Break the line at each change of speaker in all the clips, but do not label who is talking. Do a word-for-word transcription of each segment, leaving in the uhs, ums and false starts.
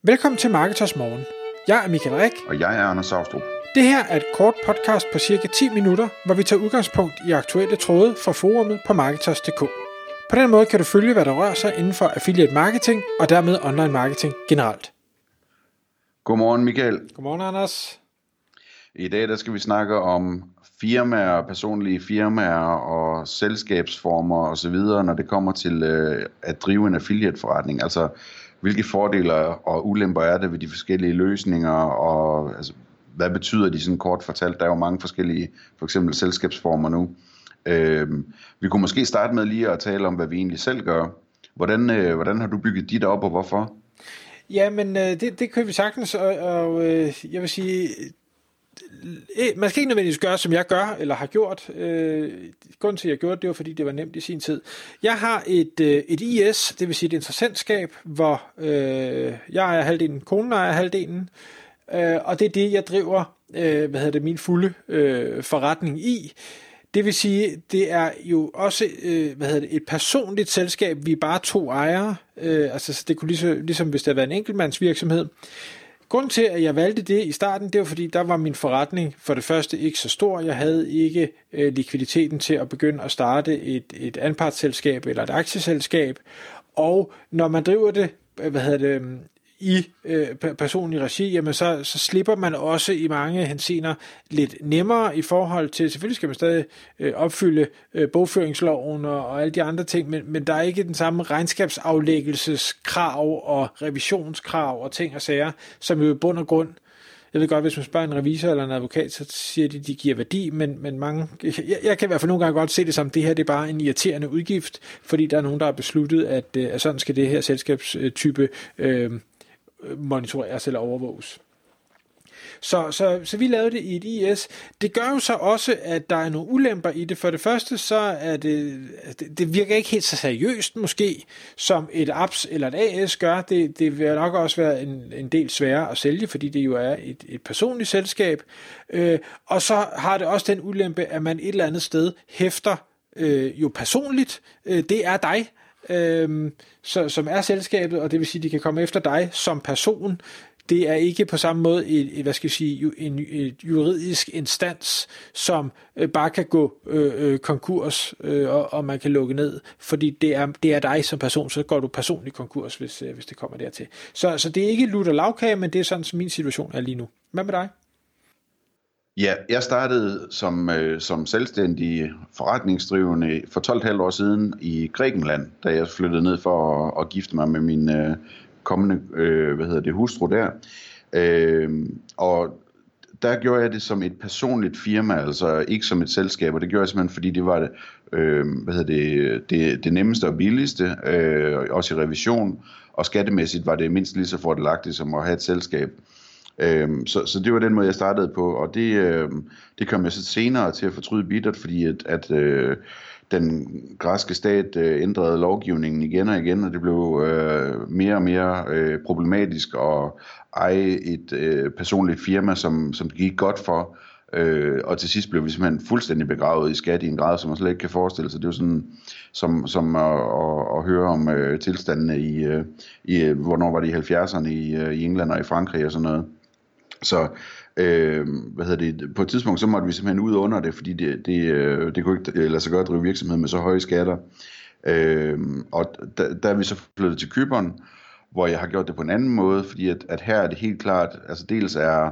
Velkommen til Marketers Morgen. Jeg er Michael Rik.
Og jeg er Anders Saustrup.
Det her er et kort podcast på cirka ti minutter, hvor vi tager udgangspunkt i aktuelle tråde fra forumet på Marketers punktum d k. På den måde kan du følge, hvad der rører sig inden for affiliate marketing og dermed online marketing generelt.
Godmorgen Michael.
Godmorgen Anders.
I dag der skal vi snakke om firmaer, personlige firmaer og selskabsformer osv., når det kommer til øh, at drive en affiliate-forretning. Altså, hvilke fordele og ulemper er det ved de forskellige løsninger, og altså, hvad betyder de sådan kort fortalt? Der er jo mange forskellige, for eksempel selskabsformer nu. Øh, vi kunne måske starte med lige at tale om, hvad vi egentlig selv gør. Hvordan, øh, hvordan har du bygget dit op, og hvorfor?
Ja, men øh, det, det kan vi sagtens, og, og øh, jeg vil sige... Man skal ikke nødvendigvis gøre, som jeg gør, eller har gjort. Øh, grunden til, at jeg gjorde det, det var, fordi det var nemt i sin tid. Jeg har et, øh, et I S, det vil sige et interessentskab, hvor øh, jeg er halvdelen, konen er halvdelen, øh, og det er det, jeg driver øh, hvad hedder det, min fulde øh, forretning i. Det vil sige, det er jo også øh, hvad hedder det, et personligt selskab, vi er bare to ejere, øh, altså det kunne ligesom, ligesom hvis det havde været en enkeltmandsvirksomhed. Grunden til, at jeg valgte det i starten, det var fordi, der var min forretning for det første ikke så stor. Jeg havde ikke øh, likviditeten til at begynde at starte et, et anpartsselskab eller et aktieselskab. Og når man driver det, hvad hedder det, i øh, personlig regi, jamen så, så slipper man også i mange henseender lidt nemmere i forhold til, selvfølgelig skal man stadig øh, opfylde øh, bogføringsloven og, og alle de andre ting, men, men der er ikke den samme regnskabsaflæggelseskrav og revisionskrav og ting og sager, som jo i bund og grund, jeg ved godt, hvis man spørger en revisor eller en advokat, så siger de, de giver værdi, men, men mange, jeg, jeg kan i hvert fald nogle gange godt se det som, det her det er bare en irriterende udgift, fordi der er nogen, der har besluttet, at, at sådan skal det her selskabstype øh, monitoreres eller overvåges. Så, så, så vi lavede det i et I S. Det gør jo så også, at der er nogle ulemper i det. For det første, så er det, det virker ikke helt så seriøst måske, som et A P S eller et A S gør. Det, det vil nok også være en, en del sværere at sælge, fordi det jo er et, et personligt selskab. Øh, og så har det også den ulempe, at man et eller andet sted hæfter øh, jo personligt. Øh, det er dig, Øhm, så, som er selskabet, og det vil sige, at de kan komme efter dig som person. Det er ikke på samme måde et, et, hvad skal jeg sige, en et juridisk instans, som øh, bare kan gå øh, øh, konkurs, øh, og, og man kan lukke ned, fordi det er, det er dig som person, så går du personligt konkurs, hvis, øh, hvis det kommer dertil. Så, så det er ikke lutter lavkage, men det er sådan, som min situation er lige nu. Hvad med dig?
Ja, jeg startede som, øh, som selvstændig forretningsdrivende for tolv komma fem år siden i Grækenland, da jeg flyttede ned for at, at gifte mig med min øh, kommende øh, hvad hedder det, hustru der. Øh, og der gjorde jeg det som et personligt firma, altså ikke som et selskab, og det gjorde jeg simpelthen, fordi det var det, øh, hvad hedder det, det, det nemmeste og billigste, øh, også i revision, og skattemæssigt var det mindst lige så fordelagtigt som at have et selskab. Øhm, så, så det var den måde jeg startede på, og det, øh, det kom jeg så senere til at fortryde bittert, fordi at, at øh, den græske stat øh, ændrede lovgivningen igen og igen, og det blev øh, mere og mere øh, problematisk at eje et øh, personligt firma, som, som det gik godt for, øh, og til sidst blev vi simpelthen fuldstændig begravet i skat i en grad, som man slet ikke kan forestille sig. Det er jo sådan som, som at, at, at høre om øh, tilstandene i, øh, i, hvornår var det i halvfjerdserne i, øh, i England og i Frankrig og sådan noget. Så øh, hvad hedder det, på et tidspunkt så måtte vi simpelthen ud under det, fordi det, det, øh, det kunne ikke lade sig gøre at drive virksomhed med så høje skatter. Øh, og da, da er vi så flyttet til Cypern, hvor jeg har gjort det på en anden måde, fordi at, at her er det helt klart, altså dels er,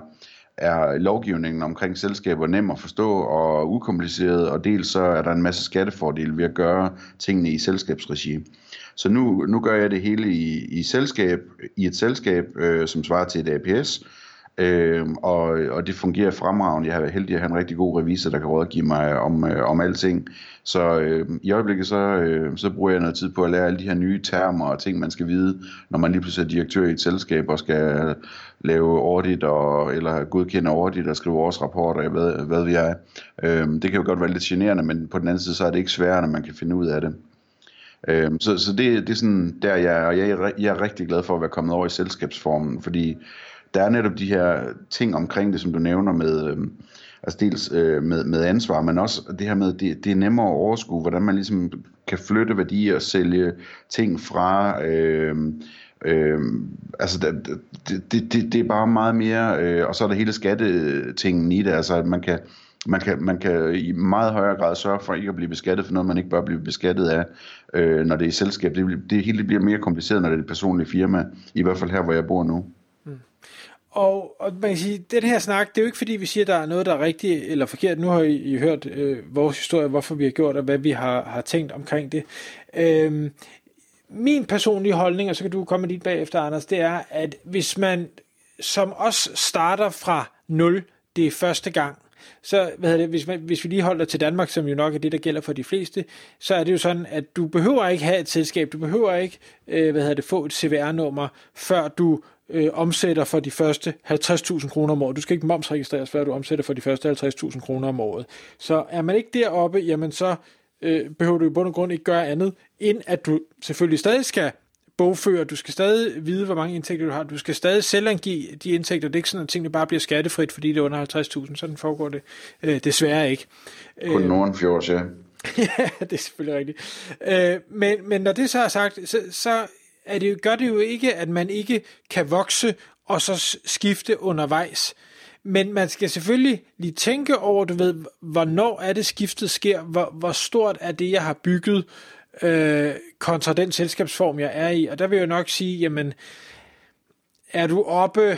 er lovgivningen omkring selskaber nem at forstå og ukompliceret, og dels så er der en masse skattefordele ved at gøre tingene i selskabsregi. Så nu, nu gør jeg det hele i, i, selskab, i et selskab, øh, som svarer til et A P S, Øh, og, og det fungerer fremragende. Jeg er heldig at have en rigtig god revisor, der kan rådgive mig om, øh, om alting. Så øh, i øjeblikket så, øh, så bruger jeg noget tid på at lære alle de her nye termer og ting, man skal vide, når man lige pludselig er direktør i et selskab og skal lave audit og, eller godkende audit og skrive årsrapporter, hvad, hvad vi er. Øh, det kan jo godt være lidt generende, men på den anden side så er det ikke sværere, når man kan finde ud af det. Øh, så så det, det er sådan der jeg er, og jeg er, jeg er rigtig glad for at være kommet over i selskabsformen, fordi der er netop de her ting omkring det, som du nævner med, øh, altså dels øh, med, med ansvar, men også det her med, det, det er nemmere at overskue, hvordan man ligesom kan flytte værdier og sælge ting fra, øh, øh, altså der, det, det, det, det er bare meget mere, øh, og så er der hele skattetingen i det, altså at man kan, man kan, man kan i meget højere grad sørge for ikke at blive beskattet for noget, man ikke bør blive beskattet af, øh, når det er i selskab. Det, det hele bliver mere kompliceret, når det er et personligt firma, i hvert fald her, hvor jeg bor nu.
Mm. Og, og man kan sige, den her snak, det er jo ikke fordi, vi siger, der er noget, der er rigtigt eller forkert. Nu har I, I hørt øh, vores historie, hvorfor vi har gjort, og hvad vi har, har tænkt omkring det. Øh, min personlige holdning, og så kan du komme dit bagefter, Anders, det er, at hvis man som os starter fra nul, det er første gang, så hvad hedder det, hvis, man, hvis vi lige holder til Danmark, som jo nok er det, der gælder for de fleste, så er det jo sådan, at du behøver ikke have et selskab, du behøver ikke øh, hvad hedder det, få et C V R-nummer, før du øh, omsætter for de første halvtreds tusind kroner om året. Du skal ikke momsregistreres, før du omsætter for de første halvtreds tusind kroner om året. Så er man ikke deroppe, jamen så øh, behøver du i bund og grund ikke gøre andet, end at du selvfølgelig stadig skal bogføre, du skal stadig vide, hvor mange indtægter du har, du skal stadig selvangive de indtægter, det er ikke sådan, at tingene bare bliver skattefrit, fordi det er under halvtreds tusind, sådan foregår det øh, desværre ikke.
Kun Nordenfjords, ja.
Ja, det er selvfølgelig rigtigt. Øh, men, men når det så er sagt, så, så er det jo, gør det jo ikke, at man ikke kan vokse og så skifte undervejs. Men man skal selvfølgelig lige tænke over, du ved, hvornår er det skiftet sker, hvor, hvor stort er det, jeg har bygget, øh, kontra den selskabsform, jeg er i. Og der vil jeg nok sige, jamen, er du oppe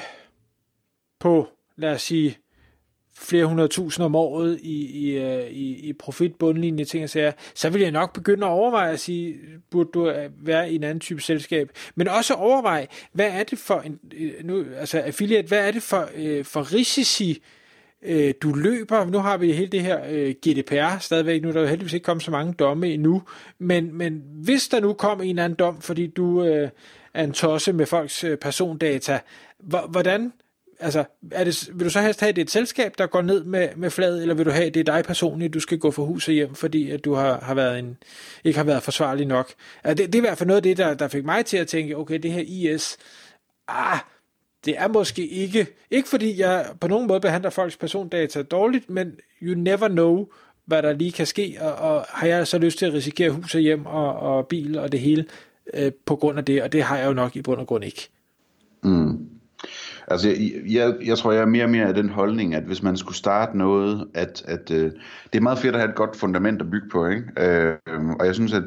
på, lad os sige, flere hundrede tusind om året i, i, i, i profit, bundlinje, ting og sager, så vil jeg nok begynde at overveje at sige, burde du være i en anden type selskab, men også overveje, hvad er det for en, nu, altså affiliate, hvad er det for, øh, for risici, øh, du løber. Nu har vi hele det her øh, G D P R stadigvæk, nu er der jo heldigvis ikke kommet så mange domme endnu, men, men hvis der nu kom en eller anden dom, fordi du øh, er en tosse med folks øh, persondata, hvordan altså, er det, vil du så helst have, det et selskab, der går ned med, med flaget, eller vil du have, det er dig personligt, du skal gå for hus og hjem, fordi at du har, har været en, ikke har været forsvarlig nok? Altså, det, det er i hvert fald noget af det, der, der fik mig til at tænke, okay, det her I S, ah, det er måske ikke, ikke fordi jeg på nogen måde behandler folks persondata dårligt, men you never know, hvad der lige kan ske, og, og har jeg så lyst til at risikere hus og hjem og, og bil og det hele øh, på grund af det, og det har jeg jo nok i bund og grund ikke.
Mm. Altså, jeg, jeg, jeg tror, jeg er mere og mere af den holdning, at hvis man skulle starte noget, at, at øh, det er meget fedt at have et godt fundament at bygge på, ikke? Øh, og jeg synes, at,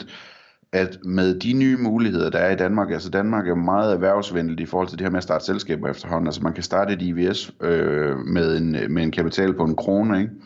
at med de nye muligheder, der er i Danmark, altså Danmark er meget erhvervsvenligt i forhold til det her med at starte selskaber efterhånden. Altså man kan starte et I V S øh, med, en, med en kapital på en krone, ikke?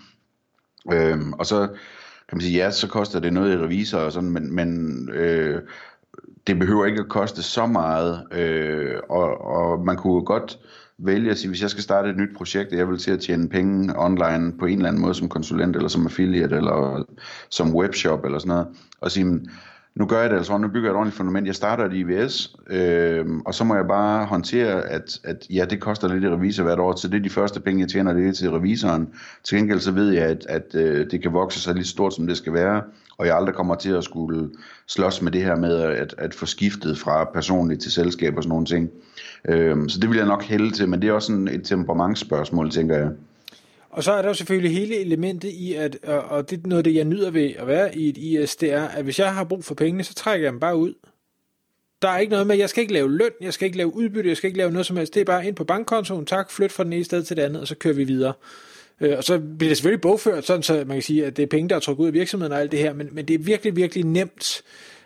Øh, og så kan man sige, ja, så koster det noget i revisor og sådan, men, men øh, det behøver ikke at koste så meget, øh, og, og man kunne godt vælge at sige, hvis jeg skal starte et nyt projekt, og jeg vil til at tjene penge online på en eller anden måde som konsulent, eller som affiliate, eller som webshop, eller sådan noget, og sige, nu gør jeg det altså, nu bygger jeg et ordentligt fundament, jeg starter et I V S, øh, og så må jeg bare håndtere, at, at ja, det koster lidt i revisor hvert år, så det er de første penge, jeg tjener, det er til revisoren. Til gengæld så ved jeg, at, at øh, det kan vokse sig lige stort, som det skal være, og jeg aldrig kommer til at skulle slås med det her med at, at få skiftet fra personligt til selskab og sådan nogle ting. Øh, så det vil jeg nok hælde til, men det er også sådan et temperamentsspørgsmål, tænker jeg.
Og så er der jo selvfølgelig hele elementet i, at, og det er noget af det, jeg nyder ved at være i et I S, det er, at hvis jeg har brug for pengene, så trækker jeg dem bare ud. Der er ikke noget med, jeg skal ikke lave løn, jeg skal ikke lave udbytte, jeg skal ikke lave noget som helst. Det er bare ind på bankkontoen, tak, flyt fra den ene sted til det andet, og så kører vi videre. Og så bliver det selvfølgelig bogført, sådan så man kan sige, at det er penge, der er trukket ud af virksomheden og alt det her, men, men det er virkelig, virkelig nemt,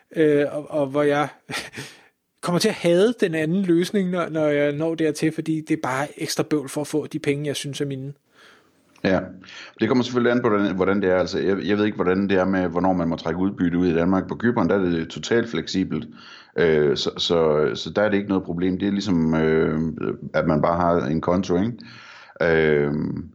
og, og hvor jeg kommer til at hade den anden løsning, når, når jeg når dertil, fordi det er bare ekstra bøvl for at få de penge, jeg synes er mine. Ja,
det kommer selvfølgelig an på, hvordan det er. Altså, jeg, jeg ved ikke, hvordan det er med, hvornår man må trække udbytte ud i Danmark. På Cypern, der er det totalt fleksibelt, øh, så, så, så der er det ikke noget problem. Det er ligesom, øh, at man bare har en konto, ikke? Øh,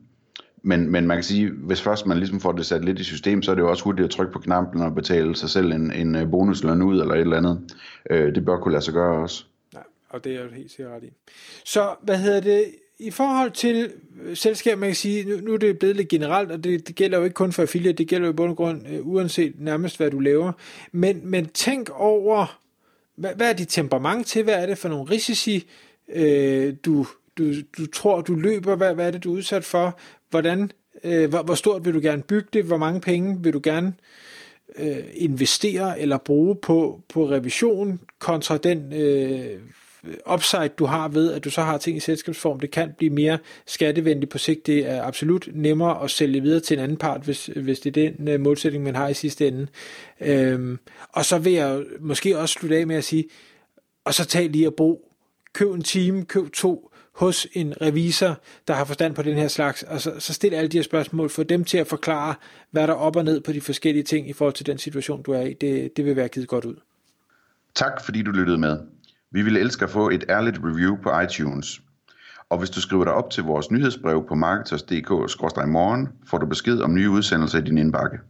men, men man kan sige, hvis først man ligesom får det sat lidt i system, så er det jo også hurtigt at trykke på knappen og betale sig selv en, en bonusløn ud, eller et eller andet. Øh, det bør kunne lade sig gøre også.
Ja, og det er jo helt sikkert ret i. Så, hvad hedder det? I forhold til selskab, man kan sige, nu, nu er det blevet lidt generelt, og det, det gælder jo ikke kun for affiliate, det gælder jo i bund og grund, øh, uanset nærmest hvad du laver. Men, men tænk over, hvad, hvad er dit temperament til, hvad er det for nogle risici, øh, du, du, du tror, du løber, hvad, hvad er det, du er udsat for, hvordan, øh, hvor, hvor stort vil du gerne bygge det, hvor mange penge vil du gerne øh, investere eller bruge på, på revision, kontra den øh, upside, du har ved, at du så har ting i selskabsform. Det kan blive mere skattevenligt på sigt. Det er absolut nemmere at sælge videre til en anden part, hvis, hvis det er den uh, målsætning, man har i sidste ende. Øhm, og så vil jeg måske også slutte af med at sige, og så tag lige at brug. Køb en time, køb to hos en revisor, der har forstand på den her slags, og så, så stil alle de her spørgsmål, få dem til at forklare, hvad der er op og ned på de forskellige ting i forhold til den situation, du er i. Det, det vil være givet godt ud.
Tak fordi du lyttede med. Vi ville elske at få et ærligt review på iTunes. Og hvis du skriver dig op til vores nyhedsbrev på marketers punktum d k skråstreg morgen, får du besked om nye udsendelser i din indbakke.